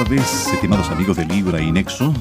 tardes, estimados amigos de Libra y Nexo.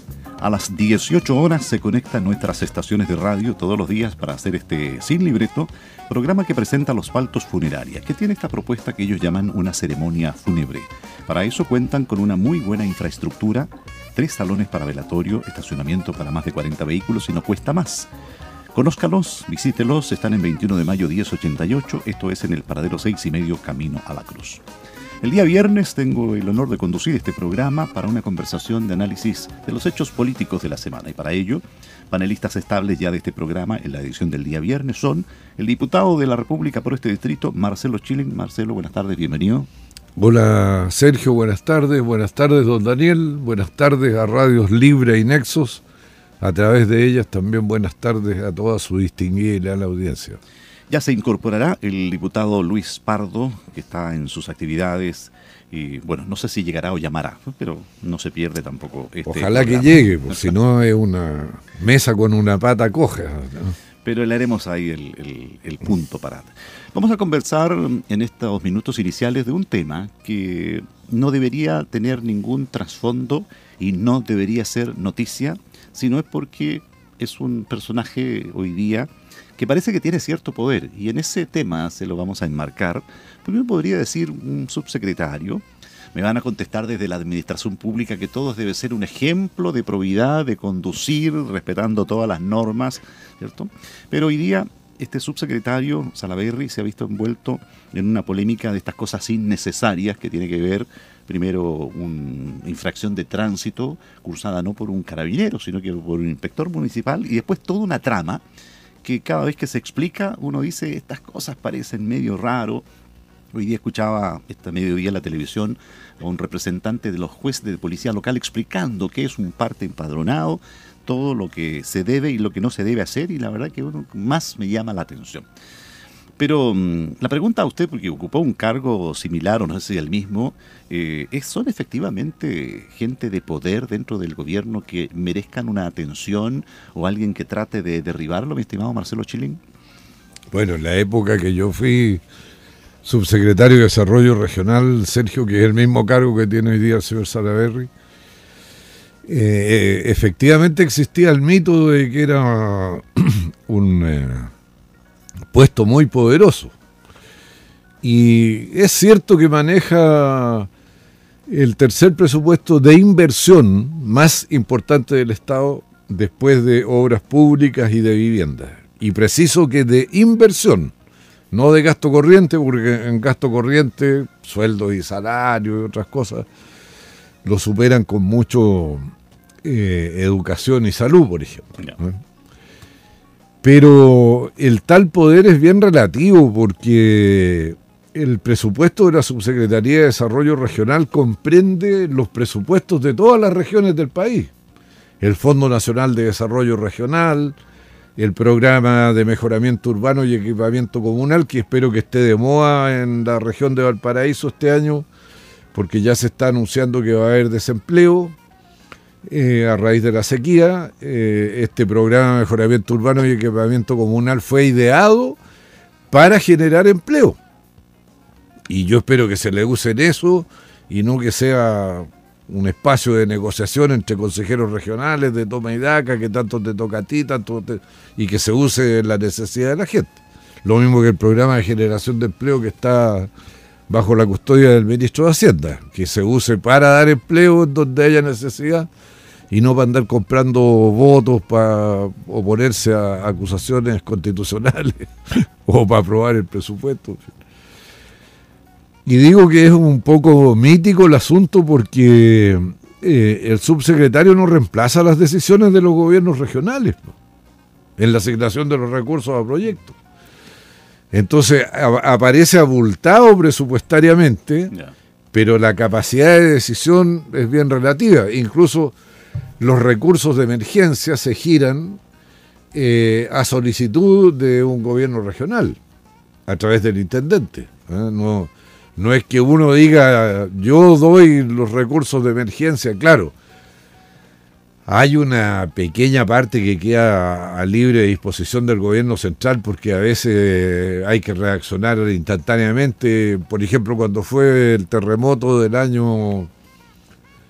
A las 18 horas se conectan nuestras estaciones de radio todos los días para hacer este Sin Libreto, programa que presenta Los Paltos Funeraria, que tiene esta propuesta que ellos llaman una ceremonia fúnebre. Para eso cuentan con una muy buena infraestructura, 3 salones para velatorio, estacionamiento para más de 40 vehículos y no cuesta más. Conózcalos, visítelos, están en 21 de mayo 1088, esto es en el paradero 6,5 camino a la Cruz. El día viernes tengo el honor de conducir este programa para una conversación de análisis de los hechos políticos de la semana. Y para ello, panelistas estables ya de este programa en la edición del día viernes son el diputado de la República por este distrito, Marcelo Schilling. Marcelo, buenas tardes, bienvenido. Hola Sergio, buenas tardes don Daniel, buenas tardes a Radios Libra y Nexos. A través de ellas también buenas tardes a toda su distinguida y leal audiencia. Ya se incorporará el diputado Luis Pardo, que está en sus actividades y, bueno, no sé si llegará o llamará, pero no se pierde tampoco este Ojalá programa. que llegue, porque si no es una mesa con una pata coja, ¿no? Pero le haremos ahí el punto para. Vamos a conversar en estos minutos iniciales de un tema que no debería tener ningún trasfondo y no debería ser noticia, sino es porque es un personaje hoy día que parece que tiene cierto poder, y en ese tema se lo vamos a enmarcar. Primero podría decir un subsecretario. Me van a contestar desde la administración pública que todos debe ser un ejemplo de probidad, de conducir, respetando todas las normas, ¿cierto? Pero hoy día este subsecretario Salaverry se ha visto envuelto en una polémica de estas cosas innecesarias que tiene que ver, primero, una infracción de tránsito cursada no por un carabinero, sino que por un inspector municipal, y después toda una trama que cada vez que se explica uno dice, estas cosas parecen medio raro. Hoy día escuchaba este mediodía en la televisión a un representante de los jueces de policía local explicando qué es un parte empadronado, todo lo que se debe y lo que no se debe hacer, y la verdad que uno más me llama la atención. Pero la pregunta a usted, porque ocupó un cargo similar o no sé si el mismo, ¿son efectivamente gente de poder dentro del gobierno que merezcan una atención o alguien que trate de derribarlo, mi estimado Marcelo Schilling? Bueno, en la época que yo fui subsecretario de Desarrollo Regional, Sergio, que es el mismo cargo que tiene hoy día el señor Salaverry, efectivamente existía el mito de que era un puesto muy poderoso, y es cierto que maneja el tercer presupuesto de inversión más importante del Estado después de obras públicas y de vivienda, y preciso que de inversión, no de gasto corriente, porque en gasto corriente sueldos y salarios y otras cosas lo superan con mucho educación y salud, por ejemplo, ¿no? Pero el tal poder es bien relativo, porque el presupuesto de la Subsecretaría de Desarrollo Regional comprende los presupuestos de todas las regiones del país. El Fondo Nacional de Desarrollo Regional, el Programa de Mejoramiento Urbano y Equipamiento Comunal, que espero que esté de moda en la región de Valparaíso este año, porque ya se está anunciando que va a haber desempleo a raíz de la sequía. Este programa de mejoramiento urbano y equipamiento comunal fue ideado para generar empleo, y yo espero que se le use en eso y no que sea un espacio de negociación entre consejeros regionales de toma y daca, que tanto te toca a ti, y que se use en la necesidad de la gente. Lo mismo que el programa de generación de empleo que está bajo la custodia del ministro de Hacienda, que se use para dar empleo en donde haya necesidad y no para andar comprando votos para oponerse a acusaciones constitucionales o para aprobar el presupuesto. Y digo que es un poco mítico el asunto porque el subsecretario no reemplaza las decisiones de los gobiernos regionales, ¿no?, en la asignación de los recursos a proyectos. Entonces aparece abultado presupuestariamente, pero la capacidad de decisión es bien relativa. Incluso los recursos de emergencia se giran a solicitud de un gobierno regional, a través del intendente. No es que uno diga, yo doy los recursos de emergencia, claro. Hay una pequeña parte que queda a libre disposición del gobierno central, porque a veces hay que reaccionar instantáneamente. Por ejemplo, cuando fue el terremoto del año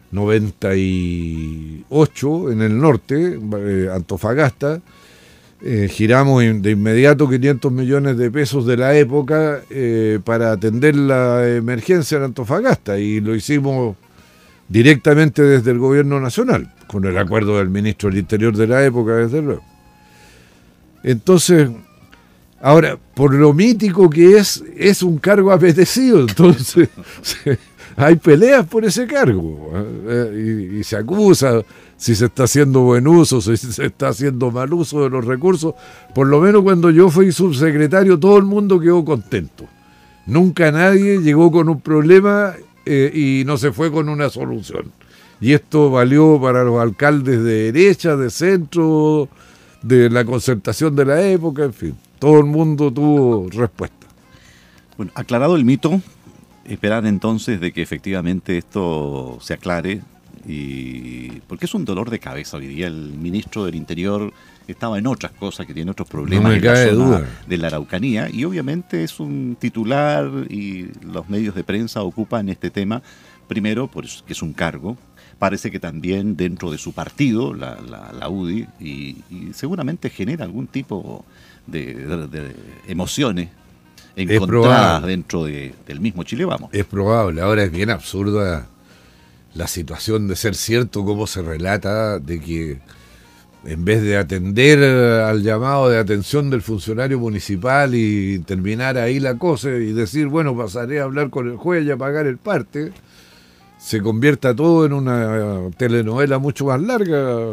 98 en el norte, Antofagasta. Giramos de inmediato 500 millones de pesos de la época para atender la emergencia en Antofagasta, y lo hicimos directamente desde el gobierno nacional, con el acuerdo del ministro del Interior de la época, desde luego. Entonces, ahora, por lo mítico que es un cargo apetecido, entonces hay peleas por ese cargo, y se acusa si se está haciendo buen uso, si se está haciendo mal uso de los recursos. Por lo menos cuando yo fui subsecretario, todo el mundo quedó contento. Nunca nadie llegó con un problema y no se fue con una solución. Y esto valió para los alcaldes de derecha, de centro, de la concertación de la época, en fin. Todo el mundo tuvo respuesta. Bueno, aclarado el mito, esperar entonces de que efectivamente esto se aclare, y porque es un dolor de cabeza hoy día. El ministro del Interior estaba en otras cosas, que tiene otros problemas en la zona de la Araucanía, y obviamente es un titular y los medios de prensa ocupan este tema, primero porque es un cargo, parece que también dentro de su partido, la UDI, y seguramente genera algún tipo de emociones encontradas dentro del mismo Chile Vamos. Es probable. Ahora es bien absurda la situación de ser cierto, como se relata, de que en vez de atender al llamado de atención del funcionario municipal y terminar ahí la cosa y decir, bueno, pasaré a hablar con el juez y a pagar el parte, se convierta todo en una telenovela mucho más larga.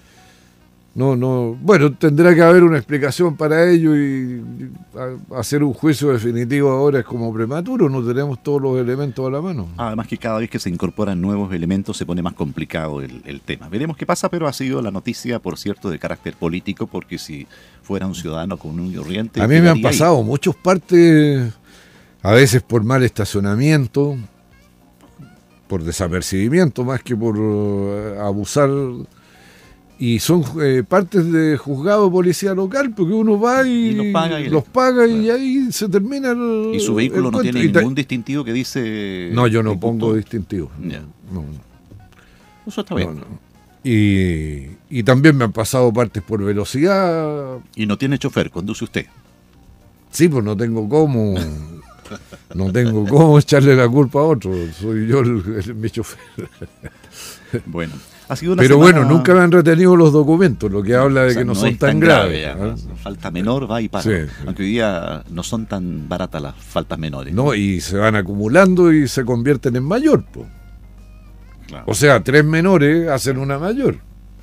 Bueno, tendrá que haber una explicación para ello, y hacer un juicio definitivo ahora es como prematuro, no tenemos todos los elementos a la mano. Además que cada vez que se incorporan nuevos elementos se pone más complicado el tema. Veremos qué pasa, pero ha sido la noticia, por cierto, de carácter político, porque si fuera un ciudadano común y corriente... A mí me han pasado muchos partes, a veces por mal estacionamiento, por desapercibimiento más que por abusar... Y son partes de juzgado de policía local, porque uno va y los paga y ahí se termina y su vehículo no tiene ningún distintivo que dice... No, yo no pongo distintivo. Yeah. No. Eso está bien. No. Y también me han pasado partes por velocidad. Y no tiene chofer, conduce usted. Sí, pues no tengo cómo... No tengo cómo echarle la culpa a otro. Soy yo mi chofer. Bueno. Pero bueno, nunca me han retenido los documentos, lo que habla de que no son tan graves. Falta menor va y para. Sí. Aunque hoy día no son tan baratas las faltas menores. No, y se van acumulando y se convierten en mayor. Claro. O sea, 3 menores hacen una mayor.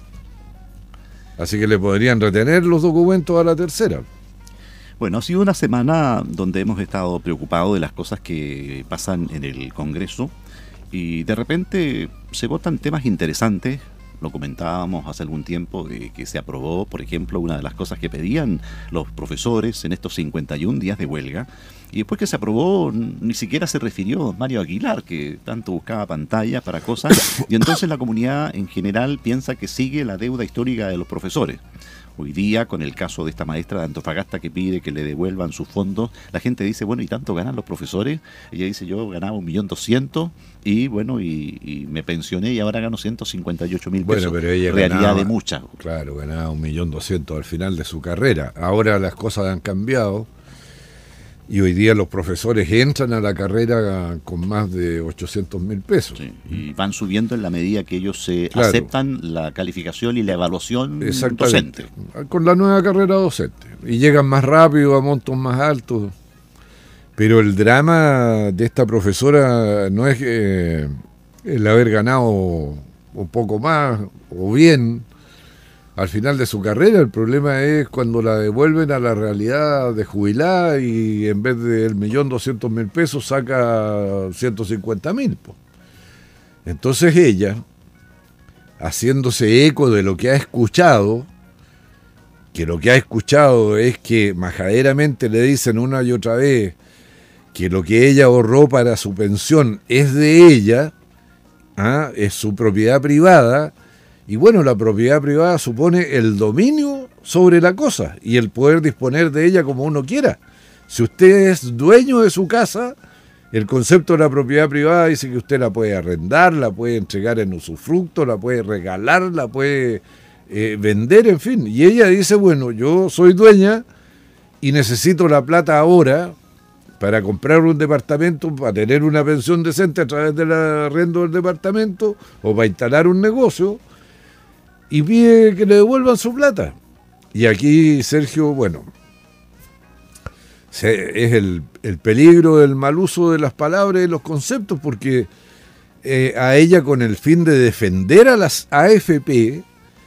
Así que le podrían retener los documentos a la tercera. Bueno, ha sido una semana donde hemos estado preocupados de las cosas que pasan en el Congreso. Y de repente se votan temas interesantes. Lo comentábamos hace algún tiempo, de que se aprobó, por ejemplo, una de las cosas que pedían los profesores en estos 51 días de huelga. Y después que se aprobó, ni siquiera se refirió Mario Aguilar, que tanto buscaba pantalla para cosas. Y entonces la comunidad en general piensa que sigue la deuda histórica de los profesores. Hoy día, con el caso de esta maestra de Antofagasta que pide que le devuelvan sus fondos, la gente dice, bueno, ¿y tanto ganan los profesores? Ella dice, yo ganaba 1.200.000 y bueno, y me pensioné y ahora gano 158.000 pesos. Bueno, pero ella realidad ganaba, de muchas. Claro, ganaba 1.200.000 al final de su carrera. Ahora las cosas han cambiado. Y hoy día los profesores entran a la carrera con más de 800.000 pesos. Sí, y van subiendo en la medida que ellos aceptan la calificación y la evaluación docente. Con la nueva carrera docente. Y llegan más rápido a montos más altos. Pero el drama de esta profesora no es el haber ganado un poco más o bien al final de su carrera. El problema es cuando la devuelven a la realidad de jubilada y en vez del 1.200.000 pesos saca 150.000. Entonces ella, haciéndose eco de lo que ha escuchado, que lo que ha escuchado es que majaderamente le dicen una y otra vez que lo que ella ahorró para su pensión es de ella, es su propiedad privada. Y bueno, la propiedad privada supone el dominio sobre la cosa y el poder disponer de ella como uno quiera. Si usted es dueño de su casa, El concepto de la propiedad privada dice que usted la puede arrendar, la puede entregar en usufructo, la puede regalar, la puede vender, en fin. Y ella dice, bueno, yo soy dueña y necesito la plata ahora para comprar un departamento, para tener una pensión decente a través del arrendo del departamento o para instalar un negocio, y pide que le devuelvan su plata. Y aquí, Sergio, bueno, es el peligro del mal uso de las palabras y los conceptos, porque a ella, con el fin de defender a las AFP,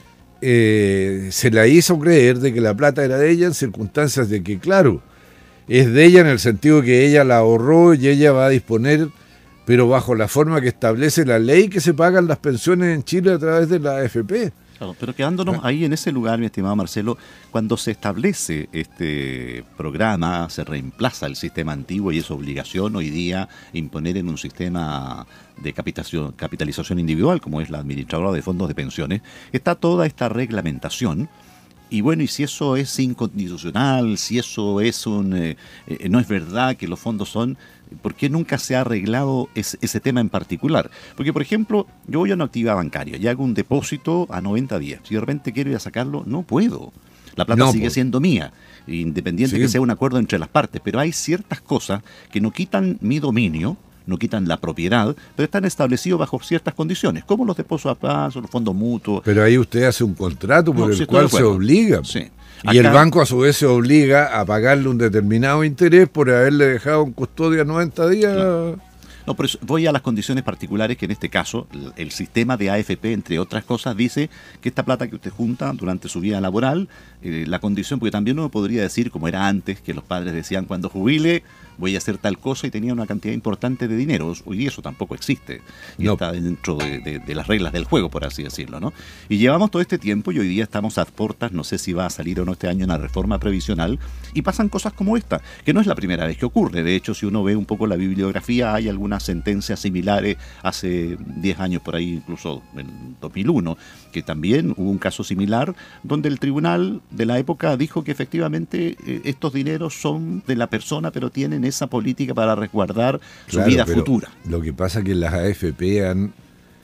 se la hizo creer de que la plata era de ella en circunstancias de que, claro, es de ella en el sentido de que ella la ahorró y ella va a disponer, pero bajo la forma que establece la ley, que se pagan las pensiones en Chile a través de la AFP. Claro, pero quedándonos ahí en ese lugar, mi estimado Marcelo, cuando se establece este programa, se reemplaza el sistema antiguo y es obligación hoy día imponer en un sistema de capitalización individual, como es la administradora de fondos de pensiones, está toda esta reglamentación. Y bueno, y si eso es inconstitucional, si eso es no es verdad que los fondos son, ¿por qué nunca se ha arreglado ese tema en particular? Porque, por ejemplo, yo voy a una actividad bancaria y hago un depósito a 90 días. Si de repente quiero ir a sacarlo, no puedo. La plata sigue siendo mía, independiente que sea un acuerdo entre las partes. Pero hay ciertas cosas que no quitan mi dominio, no quitan la propiedad, pero están establecidos bajo ciertas condiciones, como los depósitos a plazo, los fondos mutuos. Pero ahí usted hace un contrato por el cual se obliga. Sí. Y el banco a su vez se obliga a pagarle un determinado interés por haberle dejado en custodia 90 días. No, pero voy a las condiciones particulares, que en este caso el sistema de AFP, entre otras cosas, dice que esta plata que usted junta durante su vida laboral, la condición, porque también uno podría decir, como era antes, que los padres decían, cuando jubile voy a hacer tal cosa, y tenía una cantidad importante de dinero. Hoy día eso tampoco existe y está dentro de las reglas del juego, por así decirlo, ¿no? Y llevamos todo este tiempo y hoy día estamos a puertas, no sé si va a salir o no este año una reforma previsional, y pasan cosas como esta, que no es la primera vez que ocurre. De hecho, si uno ve un poco la bibliografía, hay algunas sentencias similares hace 10 años por ahí, incluso en 2001, que también hubo un caso similar donde el tribunal de la época dijo que efectivamente estos dineros son de la persona, pero tienen esa política para resguardar su vida futura. Lo que pasa es que las AFP han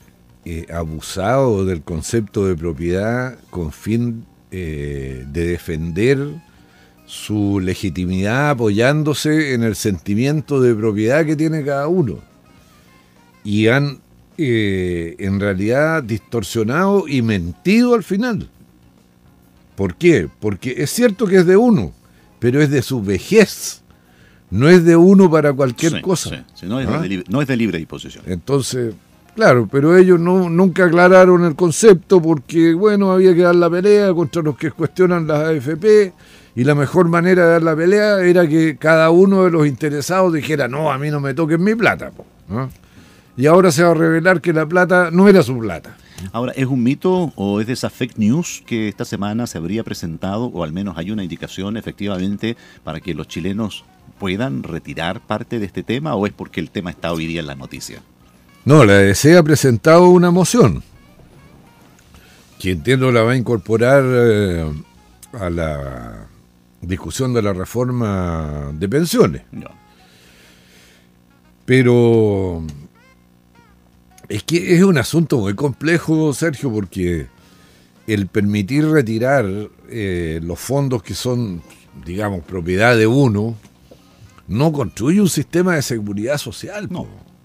abusado del concepto de propiedad con fin de defender su legitimidad, apoyándose en el sentimiento de propiedad que tiene cada uno. Y han en realidad distorsionado y mentido al final. ¿Por qué? Porque es cierto que es de uno, pero es de su vejez. No es de uno para cualquier cosa. Sí, no es de libre disposición. Entonces, claro, pero ellos nunca aclararon el concepto porque, bueno, había que dar la pelea contra los que cuestionan las AFP, y la mejor manera de dar la pelea era que cada uno de los interesados dijera, no, a mí no me toquen mi plata, ¿no? Y ahora se va a revelar que la plata no era su plata. Ahora, ¿es un mito o es de esa fake news que esta semana se habría presentado, o al menos hay una indicación efectivamente para que los chilenos puedan retirar parte de este tema, o es porque el tema está hoy día en la noticia? No, la DC ha presentado una moción que entiendo la va a incorporar a la discusión de la reforma de pensiones. No. Pero es que es un asunto muy complejo, Sergio, porque el permitir retirar los fondos que son, digamos, propiedad de uno, no construye un sistema de seguridad social. No.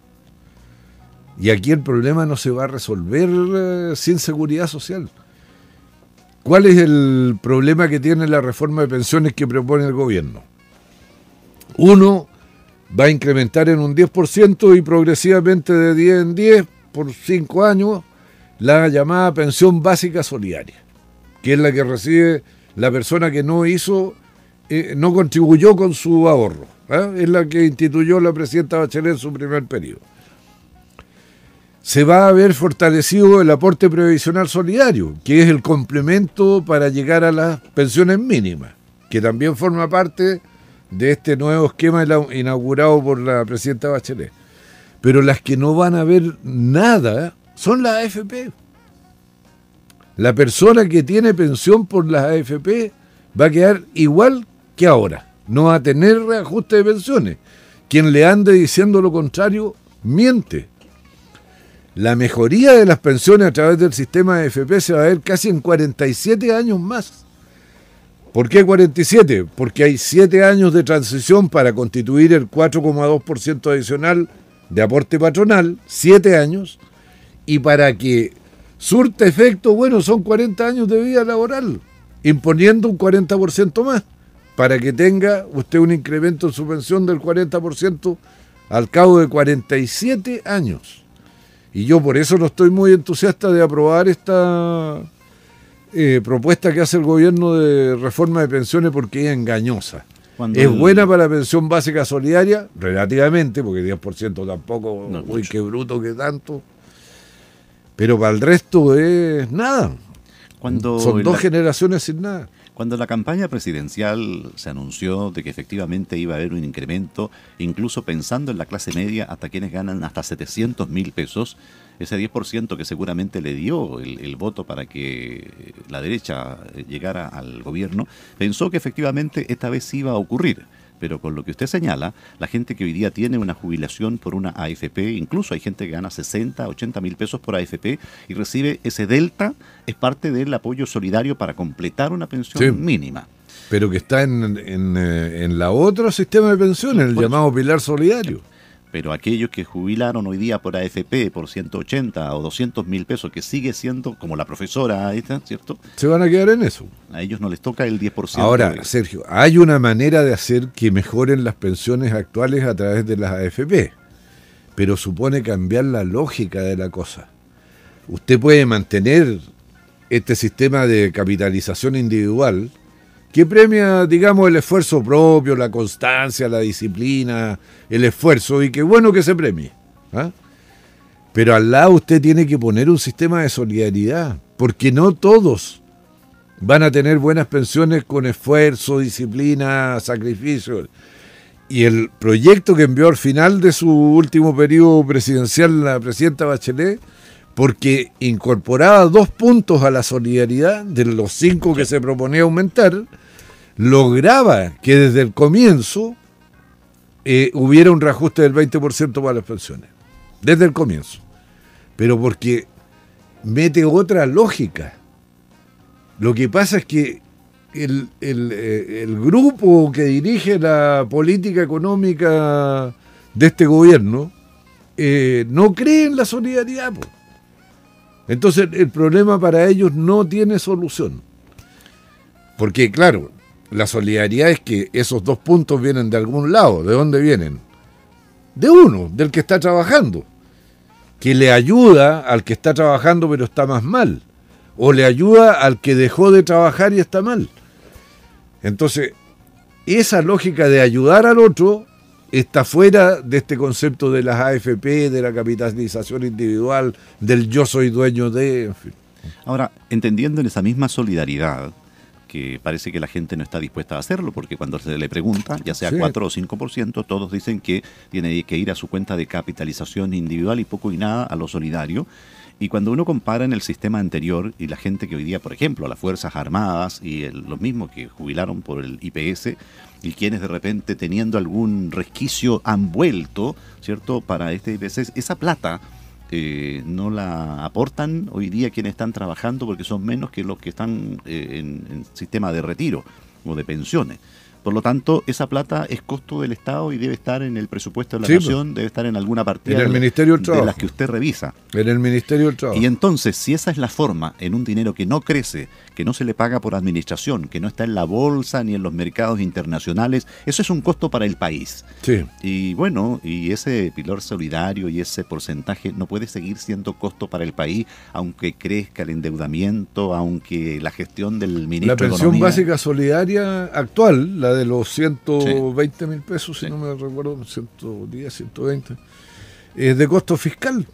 Y aquí el problema no se va a resolver sin seguridad social. ¿Cuál es el problema que tiene la reforma de pensiones que propone el gobierno? Uno, va a incrementar en un 10% y progresivamente de 10 en 10 por 5 años la llamada pensión básica solidaria, que es la que recibe la persona que no contribuyó con su ahorro. Es la que instituyó la presidenta Bachelet en su primer periodo. Se va a ver fortalecido el aporte previsional solidario, que es el complemento para llegar a las pensiones mínimas, que también forma parte de este nuevo esquema inaugurado por la presidenta Bachelet. Pero las que no van a ver nada son las AFP. La persona que tiene pensión por las AFP va a quedar igual que ahora, no va a tener reajuste de pensiones. Quien le ande diciendo lo contrario, miente. La mejoría de las pensiones a través del sistema de AFP se va a ver casi en 47 años más. ¿Por qué 47? Porque hay 7 años de transición para constituir el 4,2% adicional de aporte patronal, 7 años, y para que surta efecto, bueno, son 40 años de vida laboral, imponiendo un 40% más, para que tenga usted un incremento en su pensión del 40% al cabo de 47 años. Y yo por eso no estoy muy entusiasta de aprobar esta propuesta que hace el gobierno de reforma de pensiones, porque es engañosa. Es buena para la pensión básica solidaria, relativamente, porque 10% tampoco, no, uy, qué bruto, qué tanto. Pero para el resto es nada. Son 2 generaciones sin nada. Cuando la campaña presidencial se anunció de que efectivamente iba a haber un incremento, incluso pensando en la clase media, hasta quienes ganan hasta 700.000 pesos, ese 10% que seguramente le dio el voto para que la derecha llegara al gobierno, pensó que efectivamente esta vez sí iba a ocurrir. Pero con lo que usted señala, la gente que hoy día tiene una jubilación por una AFP, incluso hay gente que gana 60, 80.000 pesos por AFP y recibe ese delta, es parte del apoyo solidario para completar una pensión mínima. Pero que está en la otro sistema de pensiones, el llamado pilar solidario. Pero aquellos que jubilaron hoy día por AFP por 180 o 200.000 pesos, que sigue siendo como la profesora esta, ¿cierto? Se van a quedar en eso. A ellos no les toca el 10%. Ahora, Sergio, hay una manera de hacer que mejoren las pensiones actuales a través de las AFP, pero supone cambiar la lógica de la cosa. Usted puede mantener este sistema de capitalización individual que premia, digamos, el esfuerzo propio, la constancia, la disciplina, el esfuerzo, y qué bueno que se premie, ¿ah? Pero al lado usted tiene que poner un sistema de solidaridad, porque no todos van a tener buenas pensiones con esfuerzo, disciplina, sacrificio. Y el proyecto que envió al final de su último periodo presidencial la presidenta Bachelet, porque incorporaba 2 puntos a la solidaridad de los 5 que se proponía aumentar, lograba que desde el comienzo hubiera un reajuste del 20% para las pensiones. Desde el comienzo. Pero porque mete otra lógica. Lo que pasa es que el grupo que dirige la política económica de este gobierno no cree en la solidaridad, po. Entonces el problema para ellos no tiene solución. Porque claro, la solidaridad es que esos 2 puntos vienen de algún lado. ¿De dónde vienen? De uno, del que está trabajando. Que le ayuda al que está trabajando pero está más mal. O le ayuda al que dejó de trabajar y está mal. Entonces, esa lógica de ayudar al otro está fuera de este concepto de las AFP, de la capitalización individual, del yo soy dueño de... En fin. Ahora, entendiendo en esa misma solidaridad, que parece que la gente no está dispuesta a hacerlo, porque cuando se le pregunta, ya sea 4 o 5%, todos dicen que tiene que ir a su cuenta de capitalización individual y poco y nada a lo solidario. Y cuando uno compara en el sistema anterior y la gente que hoy día, por ejemplo, las Fuerzas Armadas y los mismos que jubilaron por el IPS y quienes de repente teniendo algún resquicio han vuelto, ¿cierto?, para este IPS, esa plata no la aportan hoy día quienes están trabajando porque son menos que los que están en sistema de retiro o de pensiones. Por lo tanto, esa plata es costo del Estado y debe estar en el presupuesto de la nación, debe estar en alguna partida en el Ministerio del Trabajo, de las que usted revisa. En el Ministerio del Trabajo. Y entonces, si esa es la forma, en un dinero que no crece, que no se le paga por administración, que no está en la bolsa ni en los mercados internacionales, eso es un costo para el país. Sí. Y bueno, y ese pilar solidario y ese porcentaje no puede seguir siendo costo para el país, aunque crezca el endeudamiento, aunque la gestión del ministro de Economía... La pensión básica solidaria actual, la de los 120.000 pesos, si no me recuerdo, 110, 120, es de costo fiscal.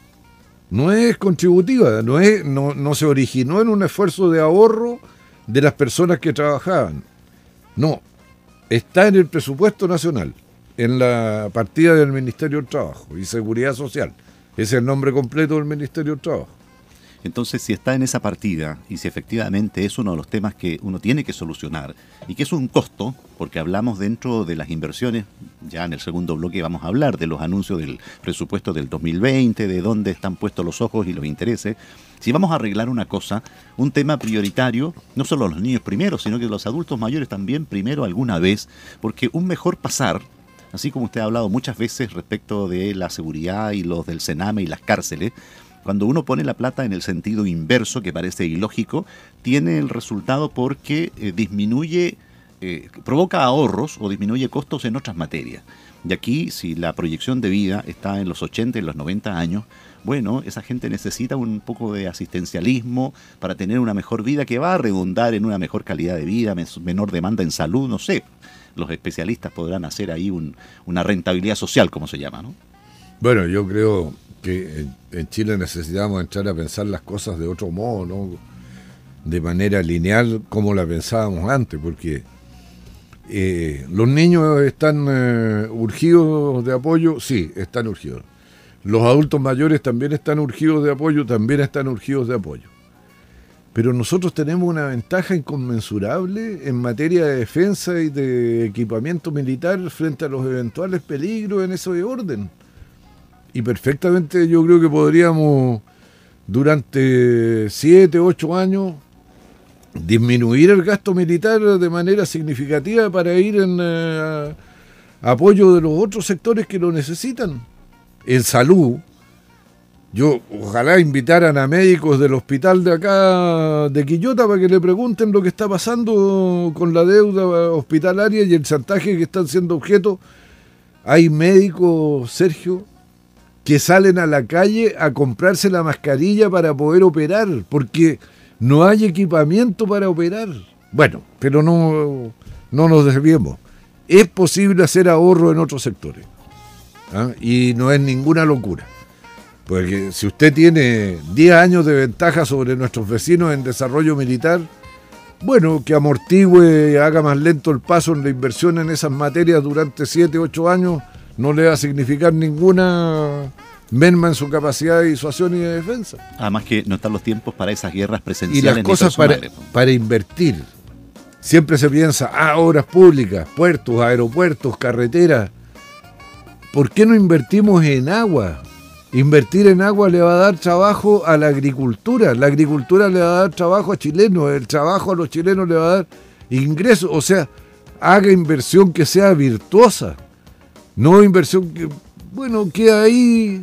No es contributiva, no se originó en un esfuerzo de ahorro de las personas que trabajaban. No, está en el presupuesto nacional, en la partida del Ministerio del Trabajo y Seguridad Social. Ese es el nombre completo del Ministerio del Trabajo. Entonces, si está en esa partida y si efectivamente es uno de los temas que uno tiene que solucionar y que es un costo, porque hablamos dentro de las inversiones, ya en el segundo bloque vamos a hablar de los anuncios del presupuesto del 2020, de dónde están puestos los ojos y los intereses. Si vamos a arreglar una cosa, un tema prioritario, no solo los niños primero, sino que los adultos mayores también primero alguna vez, porque un mejor pasar, así como usted ha hablado muchas veces respecto de la seguridad y los del Sename y las cárceles, cuando uno pone la plata en el sentido inverso, que parece ilógico, tiene el resultado porque disminuye, provoca ahorros o disminuye costos en otras materias. Y aquí, si la proyección de vida está en los 80 y los 90 años, bueno, esa gente necesita un poco de asistencialismo para tener una mejor vida que va a redundar en una mejor calidad de vida, menor demanda en salud, no sé. Los especialistas podrán hacer ahí una rentabilidad social, como se llama, ¿no? Bueno, yo creo que en Chile necesitamos entrar a pensar las cosas de otro modo, ¿no? De manera lineal como la pensábamos antes, porque los niños están urgidos de apoyo, sí, están urgidos. Los adultos mayores también están urgidos de apoyo, también están urgidos de apoyo. Pero nosotros tenemos una ventaja inconmensurable en materia de defensa y de equipamiento militar frente a los eventuales peligros en ese orden. Y perfectamente yo creo que podríamos durante 7, 8 años disminuir el gasto militar de manera significativa para ir en apoyo de los otros sectores que lo necesitan. En salud, yo ojalá invitaran a médicos del hospital de acá de Quillota para que le pregunten lo que está pasando con la deuda hospitalaria y el chantaje que están siendo objeto. Hay médicos, Sergio, que salen a la calle a comprarse la mascarilla para poder operar, porque no hay equipamiento para operar. Bueno, pero no nos desviemos. Es posible hacer ahorro en otros sectores, ¿ah? Y no es ninguna locura. Porque si usted tiene 10 años de ventaja sobre nuestros vecinos en desarrollo militar, bueno, que amortigüe, haga más lento el paso en la inversión en esas materias durante 7, 8 años, no le va a significar ninguna merma en su capacidad de disuasión y de defensa. Además que no están los tiempos para esas guerras presenciales. Y las cosas para invertir. Siempre se piensa, obras públicas, puertos, aeropuertos, carreteras. ¿Por qué no invertimos en agua? Invertir en agua le va a dar trabajo a la agricultura le va a dar trabajo a chilenos, el trabajo a los chilenos le va a dar ingresos, o sea, haga inversión que sea virtuosa, no inversión que, bueno, queda ahí.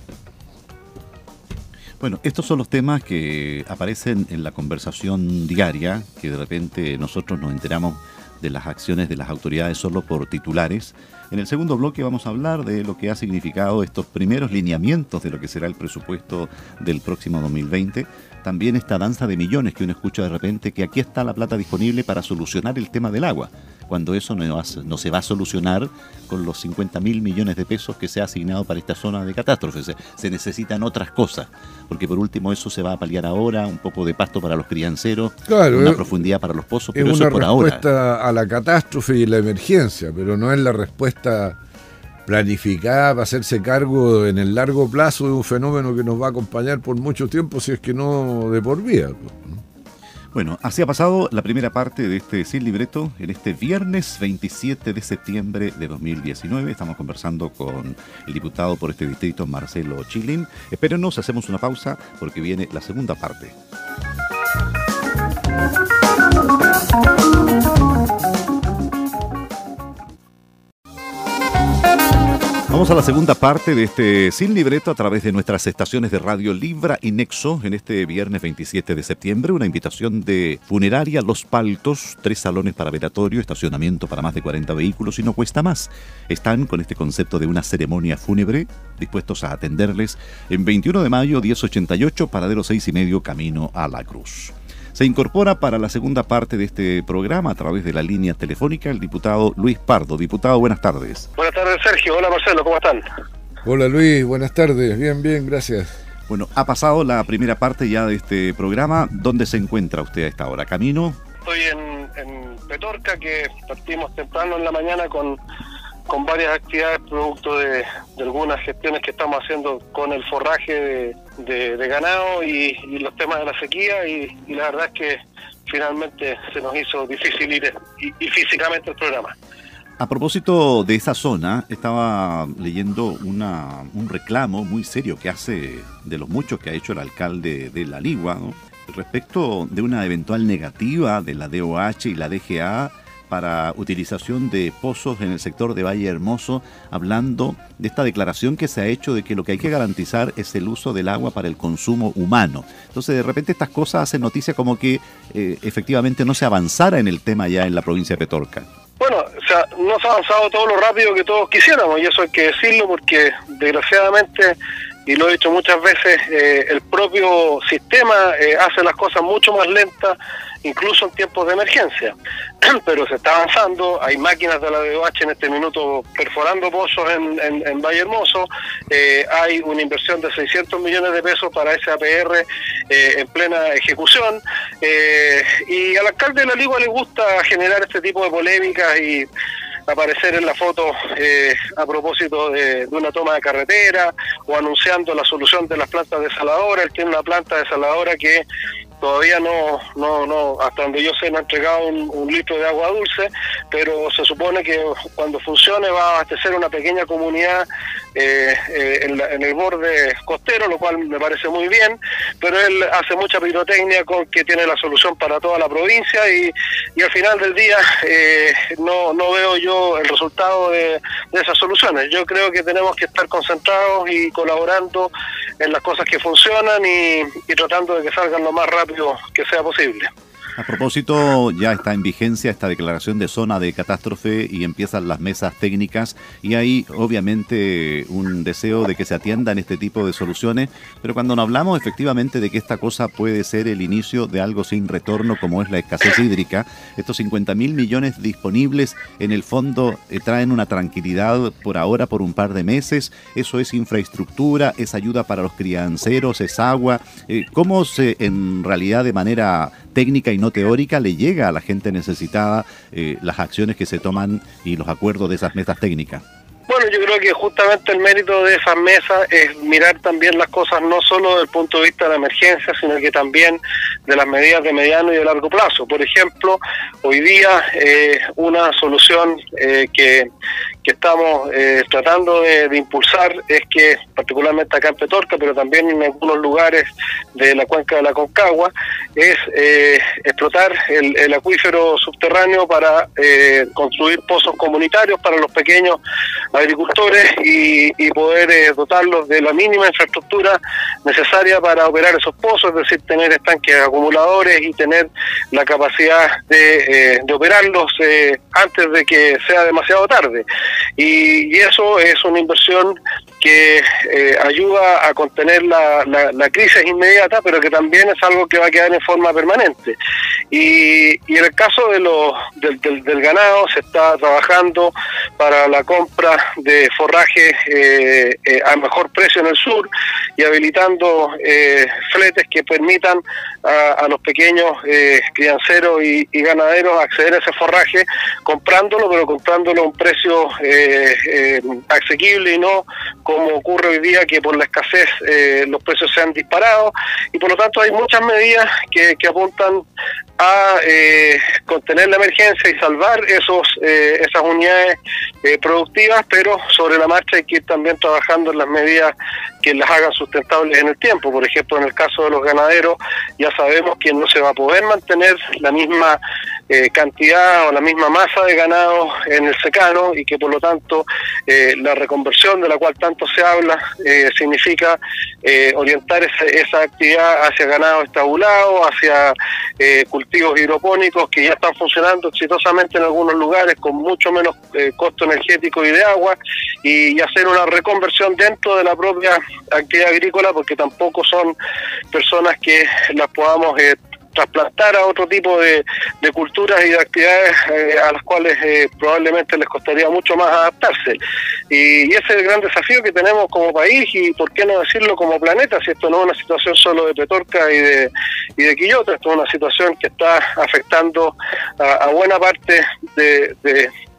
Bueno, estos son los temas que aparecen en la conversación diaria, que de repente nosotros nos enteramos de las acciones de las autoridades solo por titulares. En el segundo bloque vamos a hablar de lo que ha significado estos primeros lineamientos de lo que será el presupuesto del próximo 2020. También esta danza de millones que uno escucha de repente, que aquí está la plata disponible para solucionar el tema del agua, cuando eso no se va a solucionar con los 50.000 millones de pesos que se ha asignado para esta zona de catástrofe. Se necesitan otras cosas, porque por último eso se va a paliar ahora, un poco de pasto para los crianceros, claro, una profundidad para los pozos, pero eso es por ahora. Es una respuesta a la catástrofe y la emergencia, pero no es la respuesta planificada para hacerse cargo en el largo plazo de un fenómeno que nos va a acompañar por mucho tiempo, si es que no de por vida. Bueno, así ha pasado la primera parte de este Sin Libreto en este viernes 27 de septiembre de 2019. Estamos conversando con el diputado por este distrito, Marcelo Chilín. Espérenos, hacemos una pausa porque viene la segunda parte. Vamos a la segunda parte de este Sin Libreto a través de nuestras estaciones de radio Libra y Nexo en este viernes 27 de septiembre. Una invitación de Funeraria Los Paltos, 3 salones para velatorio, estacionamiento para más de 40 vehículos y no cuesta más. Están con este concepto de una ceremonia fúnebre, dispuestos a atenderles en 21 de mayo, 1088, paradero 6,5, camino a la Cruz. Se incorpora para la segunda parte de este programa a través de la línea telefónica el diputado Luis Pardo. Diputado, buenas tardes. Buenas tardes, Sergio. Hola, Marcelo, ¿cómo están? Hola, Luis, buenas tardes. Bien, gracias. Bueno, ha pasado la primera parte ya de este programa. ¿Dónde se encuentra usted a esta hora? ¿Camino? Estoy en Petorca, que partimos temprano en la mañana con con varias actividades producto de algunas gestiones que estamos haciendo con el forraje de ganado y los temas de la sequía y la verdad es que finalmente se nos hizo difícil ir y físicamente el programa. A propósito de esa zona, estaba leyendo un reclamo muy serio que hace, de los muchos que ha hecho el alcalde de La Ligua, ¿no?, respecto de una eventual negativa de la DOH y la DGA para utilización de pozos en el sector de Valle Hermoso, hablando de esta declaración que se ha hecho de que lo que hay que garantizar es el uso del agua para el consumo humano. Entonces, de repente estas cosas hacen noticia como que efectivamente no se avanzara en el tema ya en la provincia de Petorca. Bueno, o sea, no se ha avanzado todo lo rápido que todos quisiéramos y eso hay que decirlo porque desgraciadamente, y lo he dicho muchas veces, el propio sistema hace las cosas mucho más lentas, incluso en tiempos de emergencia. Pero se está avanzando, hay máquinas de la DOH en este minuto perforando pozos en Valle Hermoso, hay una inversión de 600 millones de pesos para ese APR en plena ejecución, y al alcalde de La Ligua le gusta generar este tipo de polémicas y aparecer en la foto a propósito de una toma de carretera o anunciando la solución de las plantas desaladoras. Él tiene una planta desaladora que todavía no, hasta donde yo sé, no ha entregado un litro de agua dulce, pero se supone que cuando funcione va a abastecer una pequeña comunidad en el borde costero, lo cual me parece muy bien, pero él hace mucha pirotecnia con que tiene la solución para toda la provincia y al final del día no veo yo el resultado de esas soluciones. Yo creo que tenemos que estar concentrados y colaborando en las cosas que funcionan y tratando de que salgan lo más rápido que sea posible. A propósito, ya está en vigencia esta declaración de zona de catástrofe y empiezan las mesas técnicas y hay obviamente un deseo de que se atiendan este tipo de soluciones, pero cuando no hablamos efectivamente de que esta cosa puede ser el inicio de algo sin retorno como es la escasez hídrica, estos 50.000 millones disponibles en el fondo traen una tranquilidad por ahora, por un par de meses. Eso es infraestructura, es ayuda para los crianceros, es agua. ¿Cómo se en realidad de manera técnica y no teórica le llega a la gente necesitada las acciones que se toman y los acuerdos de esas mesas técnicas? Bueno, yo creo que justamente el mérito de esas mesas es mirar también las cosas no solo desde el punto de vista de la emergencia, sino que también de las medidas de mediano y de largo plazo. Por ejemplo, hoy día una solución que estamos tratando de impulsar es que, particularmente acá en Petorca, pero también en algunos lugares de la cuenca de la Concagua, es explotar el acuífero subterráneo para construir pozos comunitarios para los pequeños agricultores y poder dotarlos de la mínima infraestructura necesaria para operar esos pozos, es decir, tener estanques acumuladores y tener la capacidad de operarlos antes de que sea demasiado tarde. Y eso es una inversión que ayuda a contener la crisis inmediata, pero que también es algo que va a quedar en forma permanente. Y en el caso del ganado se está trabajando para la compra de forraje a mejor precio en el sur y habilitando fletes que permitan a los pequeños crianceros y ganaderos acceder a ese forraje comprándolo, pero comprándolo a un precio asequible y no como ocurre hoy día, que por la escasez los precios se han disparado, y por lo tanto hay muchas medidas que apuntan a contener la emergencia y salvar esas unidades productivas, pero sobre la marcha hay que ir también trabajando en las medidas que las hagan sustentables en el tiempo. Por ejemplo, en el caso de los ganaderos, ya sabemos que no se va a poder mantener la misma cantidad o la misma masa de ganado en el secano, y que por lo tanto la reconversión de la cual tanto se habla significa orientar esa actividad hacia ganado estabulado, hacia cultivos hidropónicos que ya están funcionando exitosamente en algunos lugares con mucho menos costo energético y de agua, y hacer una reconversión dentro de la propia actividad agrícola, porque tampoco son personas que las podamos trasplantar a otro tipo de culturas y de actividades a las cuales probablemente les costaría mucho más adaptarse. Y ese es el gran desafío que tenemos como país, y por qué no decirlo como planeta, si esto no es una situación solo de Petorca y de Quillota, esto es una situación que está afectando a buena parte de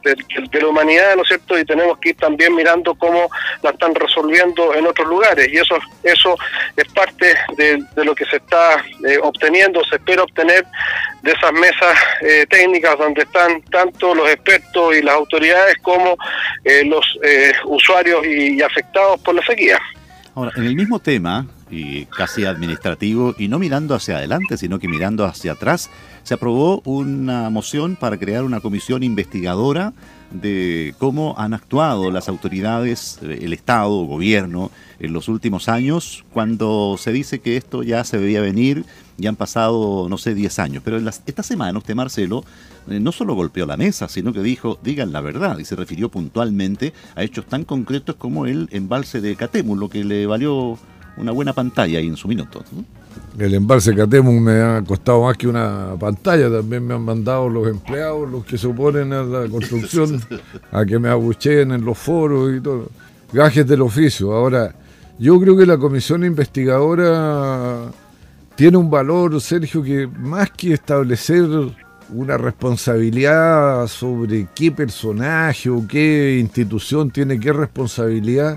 de la humanidad, ¿no es cierto? Y tenemos que ir también mirando cómo la están resolviendo en otros lugares, y eso es parte de lo que se está obteniendo, se espera obtener de esas mesas técnicas donde están tanto los expertos y las autoridades como los usuarios y afectados por la sequía. Ahora, en el mismo tema, y casi administrativo, y no mirando hacia adelante, sino que mirando hacia atrás, se aprobó una moción para crear una comisión investigadora de cómo han actuado las autoridades, el Estado, gobierno, en los últimos años, cuando se dice que esto ya se debía venir, ya han pasado, no sé, 10 años. Pero esta semana usted, Marcelo, no solo golpeó la mesa, sino que dijo, digan la verdad, y se refirió puntualmente a hechos tan concretos como el embalse de Catemu, lo que le valió una buena pantalla ahí en su minuto, ¿no? El embalse Catemu me ha costado más que una pantalla, también me han mandado los empleados, los que se oponen a la construcción, a que me abucheen en los foros y todo, gajes del oficio. Ahora, yo creo que la comisión investigadora tiene un valor, Sergio, que más que establecer una responsabilidad sobre qué personaje o qué institución tiene qué responsabilidad,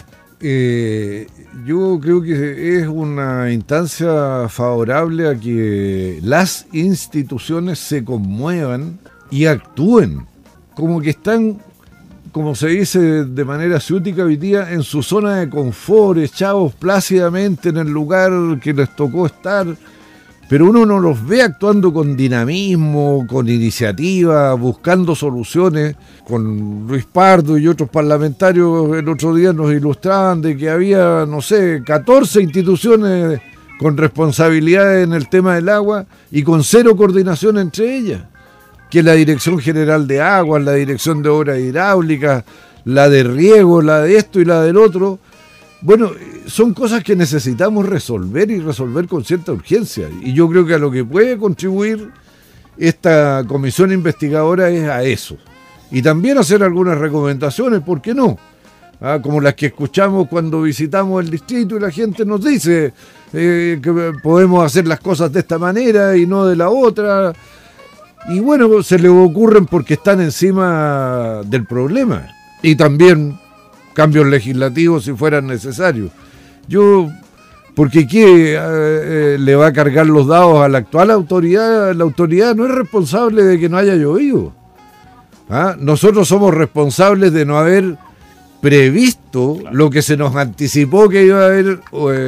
yo creo que es una instancia favorable a que las instituciones se conmuevan y actúen, como que están, como se dice de manera ciútica hoy día, en su zona de confort, echados plácidamente en el lugar que les tocó estar, pero uno no los ve actuando con dinamismo, con iniciativa, buscando soluciones. Con Luis Pardo y otros parlamentarios el otro día nos ilustraban de que había, no sé, 14 instituciones con responsabilidad en el tema del agua y con cero coordinación entre ellas, que la Dirección General de Aguas, la Dirección de Obras Hidráulicas, la de Riego, la de esto y la del otro. Bueno, son cosas que necesitamos resolver y resolver con cierta urgencia. Y yo creo que a lo que puede contribuir esta comisión investigadora es a eso. Y también hacer algunas recomendaciones, ¿por qué no? Como las que escuchamos cuando visitamos el distrito y la gente nos dice que podemos hacer las cosas de esta manera y no de la otra. Y bueno, se le ocurren porque están encima del problema. Y también cambios legislativos si fueran necesarios. Porque ¿qué le va a cargar los dados a la actual autoridad? La autoridad no es responsable de que no haya llovido. Nosotros somos responsables de no haber previsto lo que se nos anticipó que iba a haber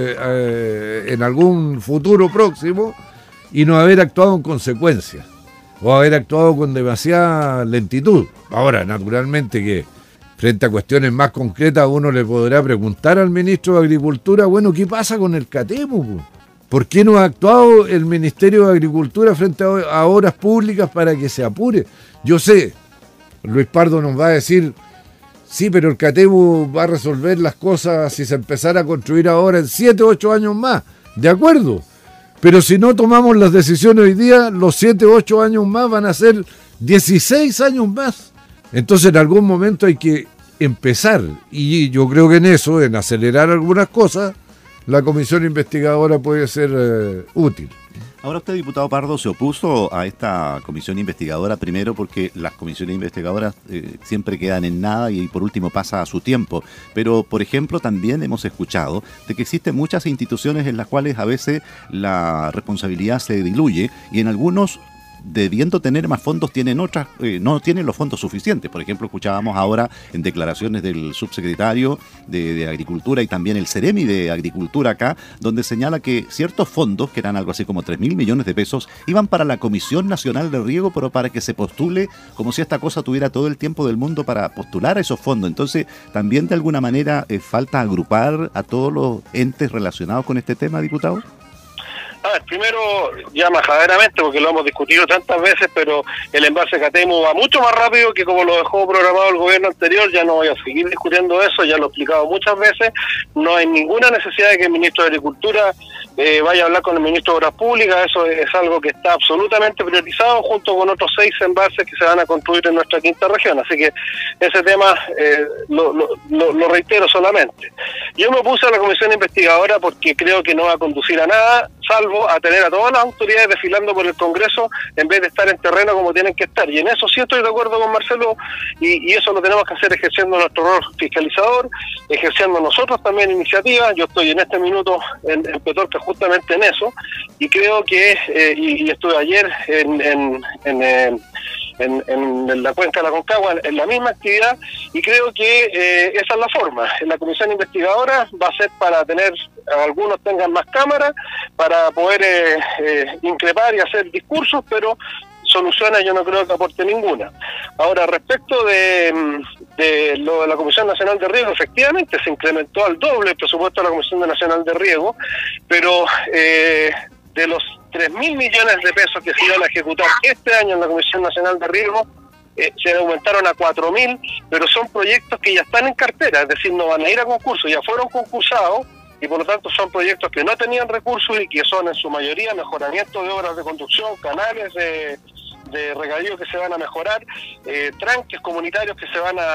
en algún futuro próximo y no haber actuado en consecuencia o haber actuado con demasiada lentitud. Ahora, naturalmente que frente a cuestiones más concretas, uno le podrá preguntar al ministro de Agricultura, bueno, ¿qué pasa con el Catemu? ¿Por qué no ha actuado el Ministerio de Agricultura frente a obras públicas para que se apure? Yo sé, Luis Pardo nos va a decir, sí, pero el Catemu va a resolver las cosas si se empezara a construir ahora en 7 o 8 años más. De acuerdo, pero si no tomamos las decisiones hoy día, los 7 o 8 años más van a ser 16 años más. Entonces en algún momento hay que empezar, y yo creo que en eso, en acelerar algunas cosas, la comisión investigadora puede ser útil. Ahora usted, diputado Pardo, se opuso a esta comisión investigadora, primero porque las comisiones investigadoras siempre quedan en nada y por último pasa a su tiempo. Pero, por ejemplo, también hemos escuchado de que existen muchas instituciones en las cuales a veces la responsabilidad se diluye y en algunos, debiendo tener más fondos, tienen otras, no tienen los fondos suficientes. Por ejemplo, escuchábamos ahora en declaraciones del subsecretario de Agricultura y también el Ceremi de Agricultura acá, donde señala que ciertos fondos, que eran algo así como 3.000 millones de pesos, iban para la Comisión Nacional de Riego, pero para que se postule, como si esta cosa tuviera todo el tiempo del mundo para postular a esos fondos. Entonces, también de alguna manera falta agrupar a todos los entes relacionados con este tema, diputado. Primero, ya majaderamente, porque lo hemos discutido tantas veces, pero el embalse Catemu va mucho más rápido que como lo dejó programado el gobierno anterior. Ya no voy a seguir discutiendo eso, ya lo he explicado muchas veces. No hay ninguna necesidad de que el ministro de Agricultura vaya a hablar con el ministro de Obras Públicas. Eso es algo que está absolutamente priorizado junto con otros 6 embalses que se van a construir en nuestra quinta región. Así que ese tema lo reitero solamente. Yo me opuse a la comisión investigadora porque creo que no va a conducir a nada. salvo a tener a todas las autoridades desfilando por el Congreso en vez de estar en terreno como tienen que estar. Y en eso sí estoy de acuerdo con Marcelo, y eso lo tenemos que hacer ejerciendo nuestro rol fiscalizador, ejerciendo nosotros también iniciativas. Yo estoy en este minuto en Petorca justamente en eso, y creo que, y estuve ayer en la cuenca de la Concagua en la misma actividad, y creo que esa es la forma. En la comisión investigadora va a ser para tener, algunos tengan más cámaras, para poder increpar y hacer discursos, pero soluciones yo no creo que aporte ninguna. Ahora, respecto de lo de la Comisión Nacional de Riego, efectivamente se incrementó al doble el presupuesto de la Comisión Nacional de Riego, pero de los 3.000 millones de pesos que se iban a ejecutar este año en la Comisión Nacional de Riego, se aumentaron a 4.000, pero son proyectos que ya están en cartera, es decir, no van a ir a concurso, ya fueron concursados, y por lo tanto son proyectos que no tenían recursos y que son en su mayoría mejoramiento de obras de conducción, canales de regadío que se van a mejorar, tranques comunitarios que se van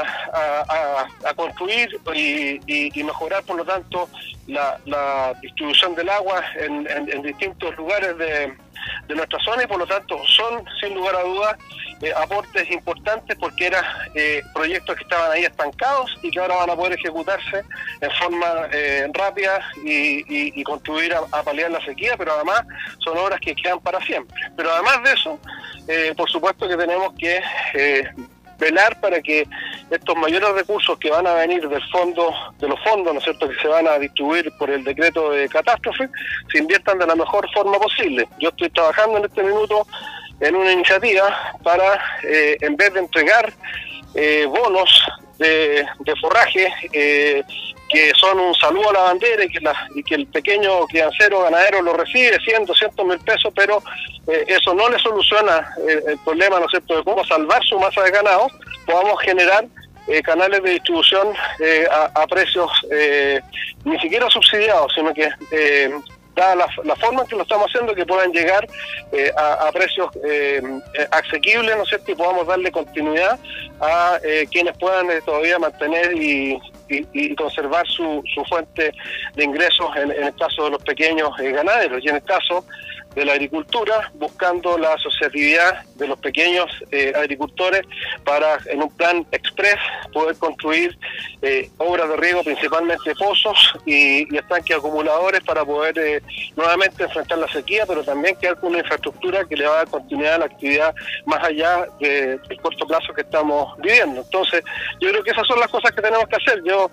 a construir y mejorar, por lo tanto, la distribución del agua en distintos lugares de nuestra zona, y por lo tanto son, sin lugar a dudas, aportes importantes, porque eran proyectos que estaban ahí estancados y que ahora van a poder ejecutarse en forma rápida y contribuir a paliar la sequía, pero además son obras que quedan para siempre. Pero además de eso, por supuesto que tenemos que velar para que estos mayores recursos que van a venir de los fondos, ¿no es cierto?, que se van a distribuir por el decreto de catástrofe, se inviertan de la mejor forma posible. Yo estoy trabajando en este minuto en una iniciativa para, en vez de entregar bonos de forraje, que son un saludo a la bandera y que el pequeño criancero ganadero lo recibe, 100, 200 mil pesos, pero eso no le soluciona el problema, ¿no es cierto?, de cómo salvar su masa de ganado. Podamos generar canales de distribución a precios ni siquiera subsidiados, sino que dada la forma en que lo estamos haciendo, que puedan llegar a precios asequibles, ¿no es cierto?, y podamos darle continuidad a quienes puedan todavía mantener y conservar su fuente de ingresos en el caso de los pequeños ganaderos, y en el caso de la agricultura, buscando la asociatividad de los pequeños agricultores para, en un plan express, poder construir obras de riego, principalmente pozos y estanques acumuladores, para poder nuevamente enfrentar la sequía, pero también quedar con una infraestructura que le va a dar continuidad a la actividad más allá del corto plazo que estamos viviendo. Entonces, yo creo que esas son las cosas que tenemos que hacer. Yo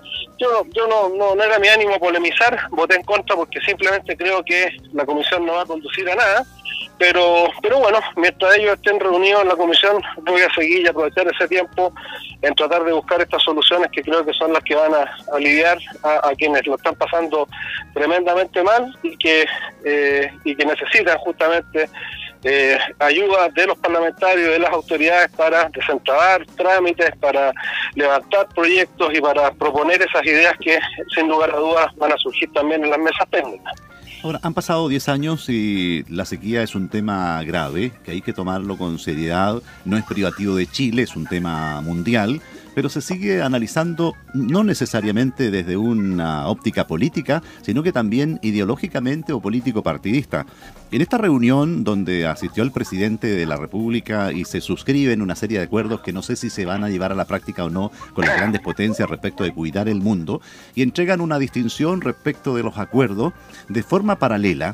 no era mi ánimo polemizar, voté en contra porque simplemente creo que la comisión no va a conducir a nada, pero bueno, mientras ellos estén reunidos en la comisión, voy a seguir y aprovechar ese tiempo en tratar de buscar estas soluciones que creo que son las que van a aliviar a quienes lo están pasando tremendamente mal y que necesitan justamente ayuda de los parlamentarios, de las autoridades, para desentrabar trámites, para levantar proyectos y para proponer esas ideas que sin lugar a dudas van a surgir también en las mesas técnicas. Ahora, han pasado 10 años y la sequía es un tema grave, que hay que tomarlo con seriedad. No es privativo de Chile, es un tema mundial, pero se sigue analizando no necesariamente desde una óptica política, sino que también ideológicamente o político-partidista. En esta reunión donde asistió el presidente de la República y se suscriben una serie de acuerdos que no sé si se van a llevar a la práctica o no con las grandes potencias respecto de cuidar el mundo, y entregan una distinción respecto de los acuerdos de forma paralela.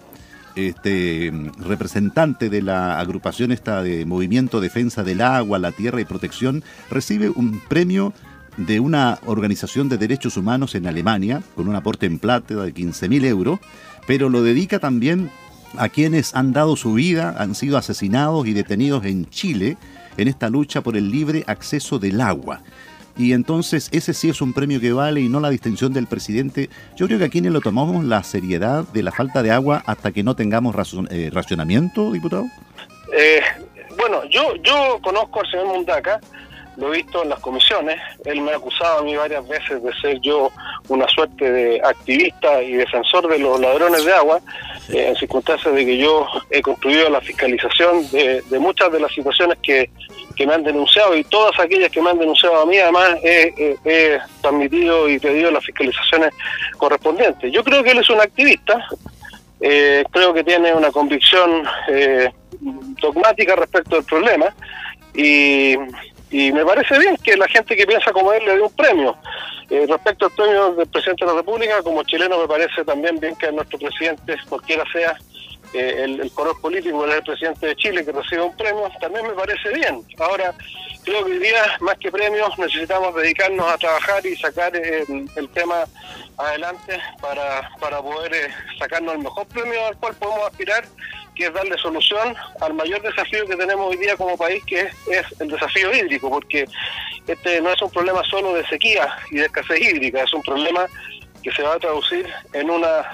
Representante de la agrupación de Movimiento Defensa del Agua, la Tierra y Protección, recibe un premio de una organización de derechos humanos en Alemania, con un aporte en plata de 15.000 euros, pero lo dedica también a quienes han dado su vida, han sido asesinados y detenidos en Chile en esta lucha por el libre acceso del agua. Y entonces ese sí es un premio que vale y no la distinción del presidente. Yo creo que aquí no lo tomamos la seriedad de la falta de agua hasta que no tengamos racionamiento, diputado. Bueno, yo conozco al señor Mundaca, lo he visto en las comisiones. Él me ha acusado a mí varias veces de ser yo una suerte de activista y defensor de los ladrones de agua, en circunstancias de que yo he contribuido a la fiscalización de muchas de las situaciones que me han denunciado, y todas aquellas que me han denunciado a mí, además he transmitido y pedido las fiscalizaciones correspondientes. Yo creo que él es un activista, creo que tiene una convicción dogmática respecto al problema, y me parece bien que la gente que piensa como él le dé un premio. Respecto al premio del presidente de la República, como chileno me parece también bien que nuestro presidente, cualquiera sea el color político del presidente de Chile, que reciba un premio, también me parece bien. Ahora, creo que hoy día, más que premios, necesitamos dedicarnos a trabajar y sacar el tema adelante para poder sacarnos el mejor premio al cual podemos aspirar, que es darle solución al mayor desafío que tenemos hoy día como país, que es el desafío hídrico, porque este no es un problema solo de sequía y de escasez hídrica, es un problema que se va a traducir en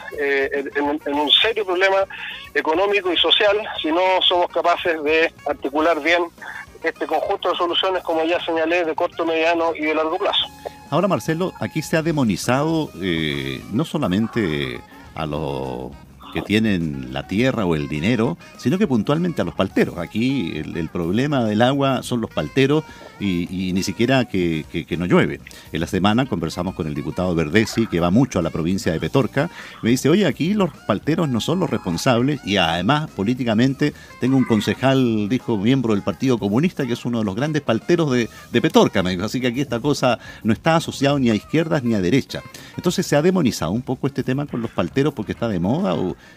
un serio problema económico y social si no somos capaces de articular bien este conjunto de soluciones, como ya señalé, de corto, mediano y de largo plazo. Ahora, Marcelo, aquí se ha demonizado no solamente a los que tienen la tierra o el dinero, sino que puntualmente a los palteros. Aquí el problema del agua son los palteros y ni siquiera que no llueve. En la semana conversamos con el diputado Verdesi, que va mucho a la provincia de Petorca. Me dice, oye, aquí los palteros no son los responsables, y además políticamente tengo un concejal, dijo, miembro del Partido Comunista, que es uno de los grandes palteros de Petorca, me dijo. Así que aquí esta cosa no está asociada ni a izquierdas ni a derecha. Entonces, ¿se ha demonizado un poco este tema con los palteros porque está de moda?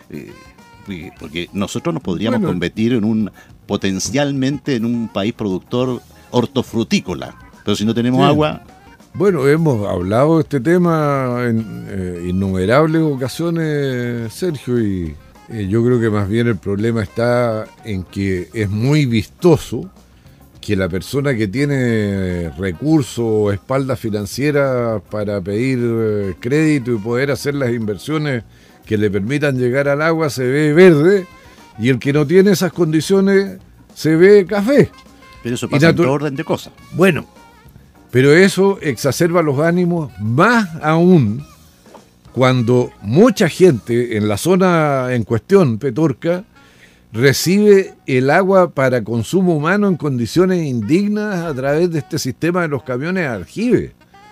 Porque nosotros nos podríamos convertir potencialmente en un país productor hortofrutícola, pero si no tenemos agua. Bueno, hemos hablado de este tema en innumerables ocasiones, Sergio, y yo creo que más bien el problema está en que es muy vistoso que la persona que tiene recursos o espalda financiera para pedir crédito y poder hacer las inversiones que le permitan llegar al agua se ve verde, y el que no tiene esas condiciones se ve café. Pero eso pasa en todo orden de cosas. Bueno, pero eso exacerba los ánimos más aún cuando mucha gente en la zona en cuestión, Petorca, recibe el agua para consumo humano en condiciones indignas a través de este sistema de los camiones aljibe.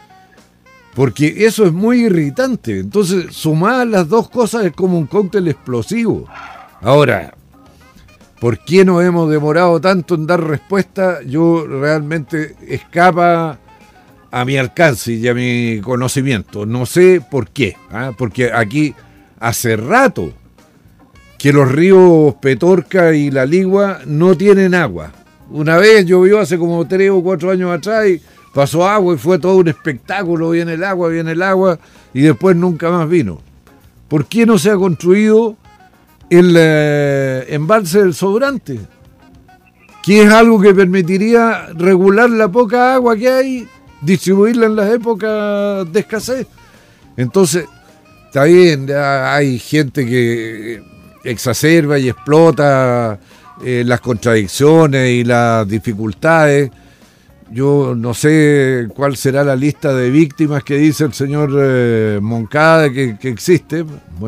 Porque eso es muy irritante. Entonces, sumadas las dos cosas es como un cóctel explosivo. Ahora, ¿por qué nos hemos demorado tanto en dar respuesta? Yo realmente escapa a mi alcance y a mi conocimiento. No sé por qué. Porque aquí hace rato que los ríos Petorca y La Ligua no tienen agua. Una vez llovió hace como 3 o 4 años atrás y pasó agua y fue todo un espectáculo, viene el agua, y después nunca más vino. ¿Por qué no se ha construido el embalse del Sobrante? Que es algo que permitiría regular la poca agua que hay, distribuirla en las épocas de escasez. Entonces, está bien, hay gente que exacerba y explota las contradicciones y las dificultades. Yo no sé cuál será la lista de víctimas que dice el señor Moncada que existe.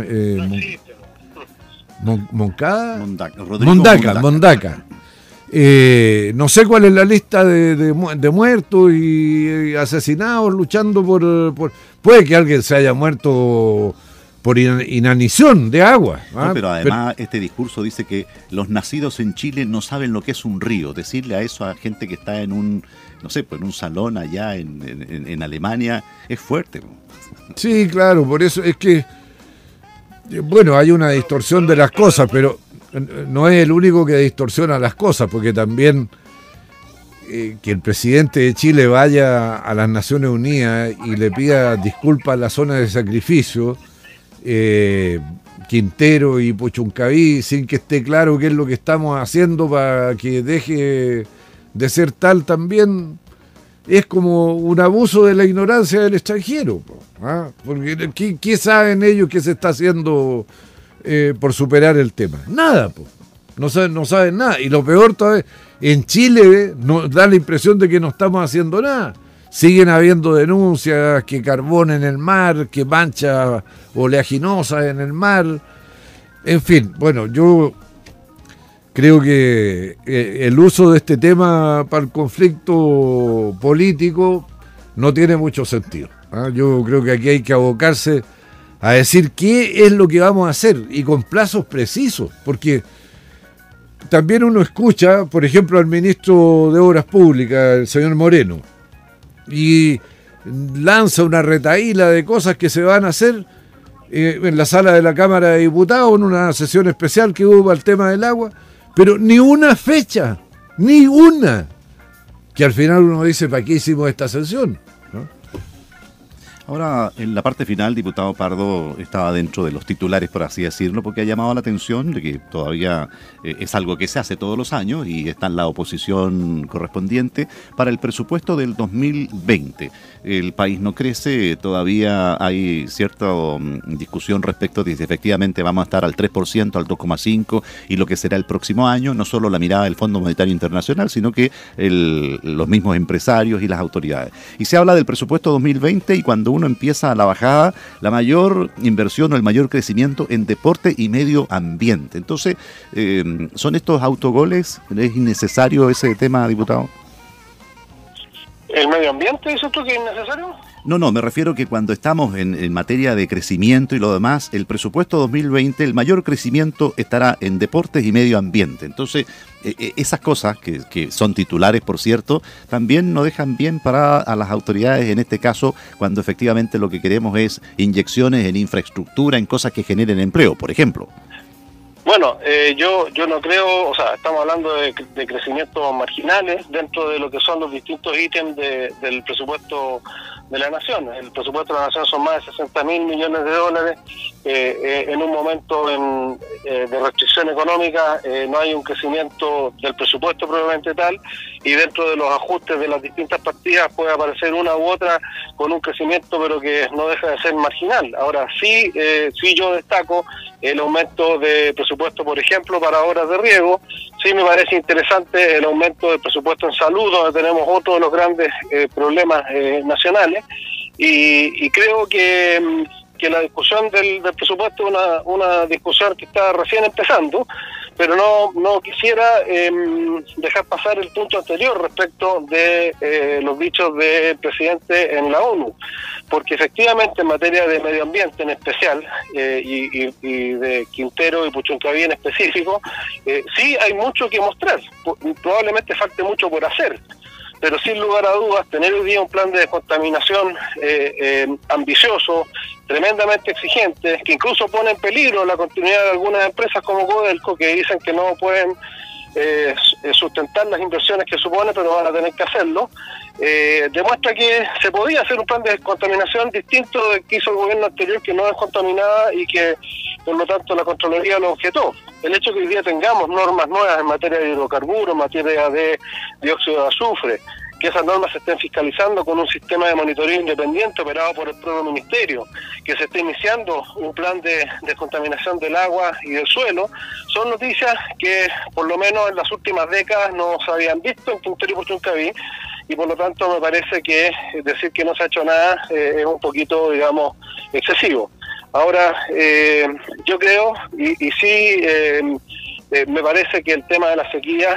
Moncada. Mondaca. No sé cuál es la lista de muertos y asesinados luchando por... Puede que alguien se haya muerto por inanición de agua. No, pero además este discurso dice que los nacidos en Chile no saben lo que es un río. Decirle a eso a gente que está en un, no sé, pues en un salón allá en Alemania es fuerte. Sí, claro, por eso es que, bueno, hay una distorsión de las cosas, pero no es el único que distorsiona las cosas, porque también que el presidente de Chile vaya a las Naciones Unidas y le pida disculpas a la zona de sacrificio, Quintero y Puchuncaví, sin que esté claro qué es lo que estamos haciendo para que deje de ser tal, también es como un abuso de la ignorancia del extranjero, porque ¿qué saben ellos que se está haciendo por superar el tema? Nada, no saben nada, y lo peor todavía, en Chile nos da la impresión de que no estamos haciendo nada. Siguen habiendo denuncias que carbón en el mar, que mancha oleaginosa en el mar. En fin, bueno, yo creo que el uso de este tema para el conflicto político no tiene mucho sentido. Yo creo que aquí hay que abocarse a decir qué es lo que vamos a hacer y con plazos precisos, porque también uno escucha, por ejemplo, al ministro de Obras Públicas, el señor Moreno, y lanza una retahíla de cosas que se van a hacer en la sala de la Cámara de Diputados, en una sesión especial que hubo para el tema del agua, pero ni una fecha, ni una, que al final uno dice, ¿para qué hicimos esta sesión? ¿No? Ahora, en la parte final, diputado Pardo estaba dentro de los titulares, por así decirlo, porque ha llamado la atención de que todavía es algo que se hace todos los años y está en la oposición correspondiente para el presupuesto del 2020. El país no crece, todavía hay cierta discusión respecto de si efectivamente vamos a estar al 3%, al 2,5% y lo que será el próximo año, no solo la mirada del Fondo Monetario Internacional, sino que los mismos empresarios y las autoridades. Y se habla del presupuesto 2020 y cuando uno empieza a la bajada, la mayor inversión o el mayor crecimiento en deporte y medio ambiente. Entonces, ¿son estos autogoles? ¿Es innecesario ese tema, diputado? ¿El medio ambiente, dices tú, que es innecesario? No, me refiero que cuando estamos en materia de crecimiento y lo demás, el presupuesto 2020, el mayor crecimiento estará en deportes y medio ambiente. Entonces, esas cosas, que son titulares, por cierto, también no dejan bien para a las autoridades, en este caso, cuando efectivamente lo que queremos es inyecciones en infraestructura, en cosas que generen empleo, por ejemplo. Bueno, yo no creo, o sea, estamos hablando de crecimientos marginales dentro de lo que son los distintos ítems del presupuesto de la Nación. El presupuesto de la Nación son más de 60.000 millones de dólares. En un momento de restricción económica no hay un crecimiento del presupuesto probablemente tal, y dentro de los ajustes de las distintas partidas puede aparecer una u otra con un crecimiento, pero que no deja de ser marginal. Ahora sí yo destaco el aumento de presupuesto, por ejemplo, para obras de riego. Sí me parece interesante el aumento del presupuesto en salud, donde tenemos otro de los grandes problemas nacionales, y creo que la discusión del presupuesto es una discusión que está recién empezando, pero no quisiera dejar pasar el punto anterior respecto de los dichos del presidente en la ONU, porque efectivamente en materia de medio ambiente en especial, y de Quintero y Puchuncaví en específico, sí hay mucho que mostrar, probablemente falte mucho por hacer, pero sin lugar a dudas tener hoy día un plan de descontaminación ambicioso, tremendamente exigente, que incluso pone en peligro la continuidad de algunas empresas como Codelco, que dicen que no pueden sustentar las inversiones que supone, pero van a tener que hacerlo, demuestra que se podía hacer un plan de descontaminación distinto del que hizo el gobierno anterior, que no descontaminaba y que por lo tanto la Contraloría lo objetó. El hecho que hoy día tengamos normas nuevas en materia de hidrocarburos, en materia de dióxido de azufre, que esas normas se estén fiscalizando con un sistema de monitoreo independiente operado por el propio ministerio, que se esté iniciando un plan de descontaminación del agua y del suelo, son noticias que por lo menos en las últimas décadas no se habían visto en Quintero y Puchuncaví, y por lo tanto me parece que decir que no se ha hecho nada es un poquito, digamos, excesivo. Ahora, yo creo, y sí, me parece que el tema de la sequía,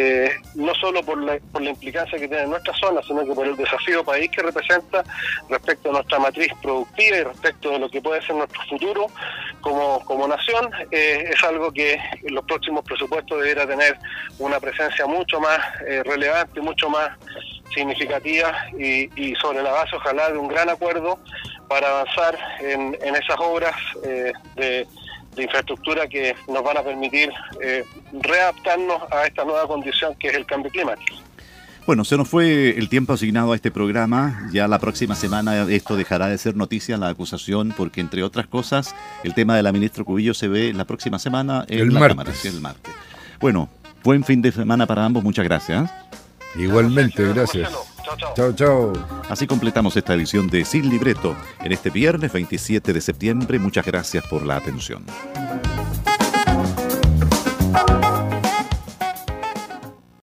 no solo por la implicancia que tiene en nuestra zona, sino que por el desafío país que representa respecto a nuestra matriz productiva y respecto de lo que puede ser nuestro futuro como nación, es algo que en los próximos presupuestos deberá tener una presencia mucho más relevante, mucho más significativa, y sobre la base, ojalá, de un gran acuerdo para avanzar en esas obras de infraestructura que nos van a permitir readaptarnos a esta nueva condición que es el cambio climático. Bueno, se nos fue el tiempo asignado a este programa. Ya la próxima semana esto dejará de ser noticia, la acusación, porque entre otras cosas el tema de la ministra Cubillos se ve la próxima semana en la Cámara, sí, el martes. Bueno, buen fin de semana para ambos, muchas gracias. Igualmente, gracias. Chao, chao. Así completamos esta edición de Sin Libreto en este viernes 27 de septiembre. Muchas gracias por la atención.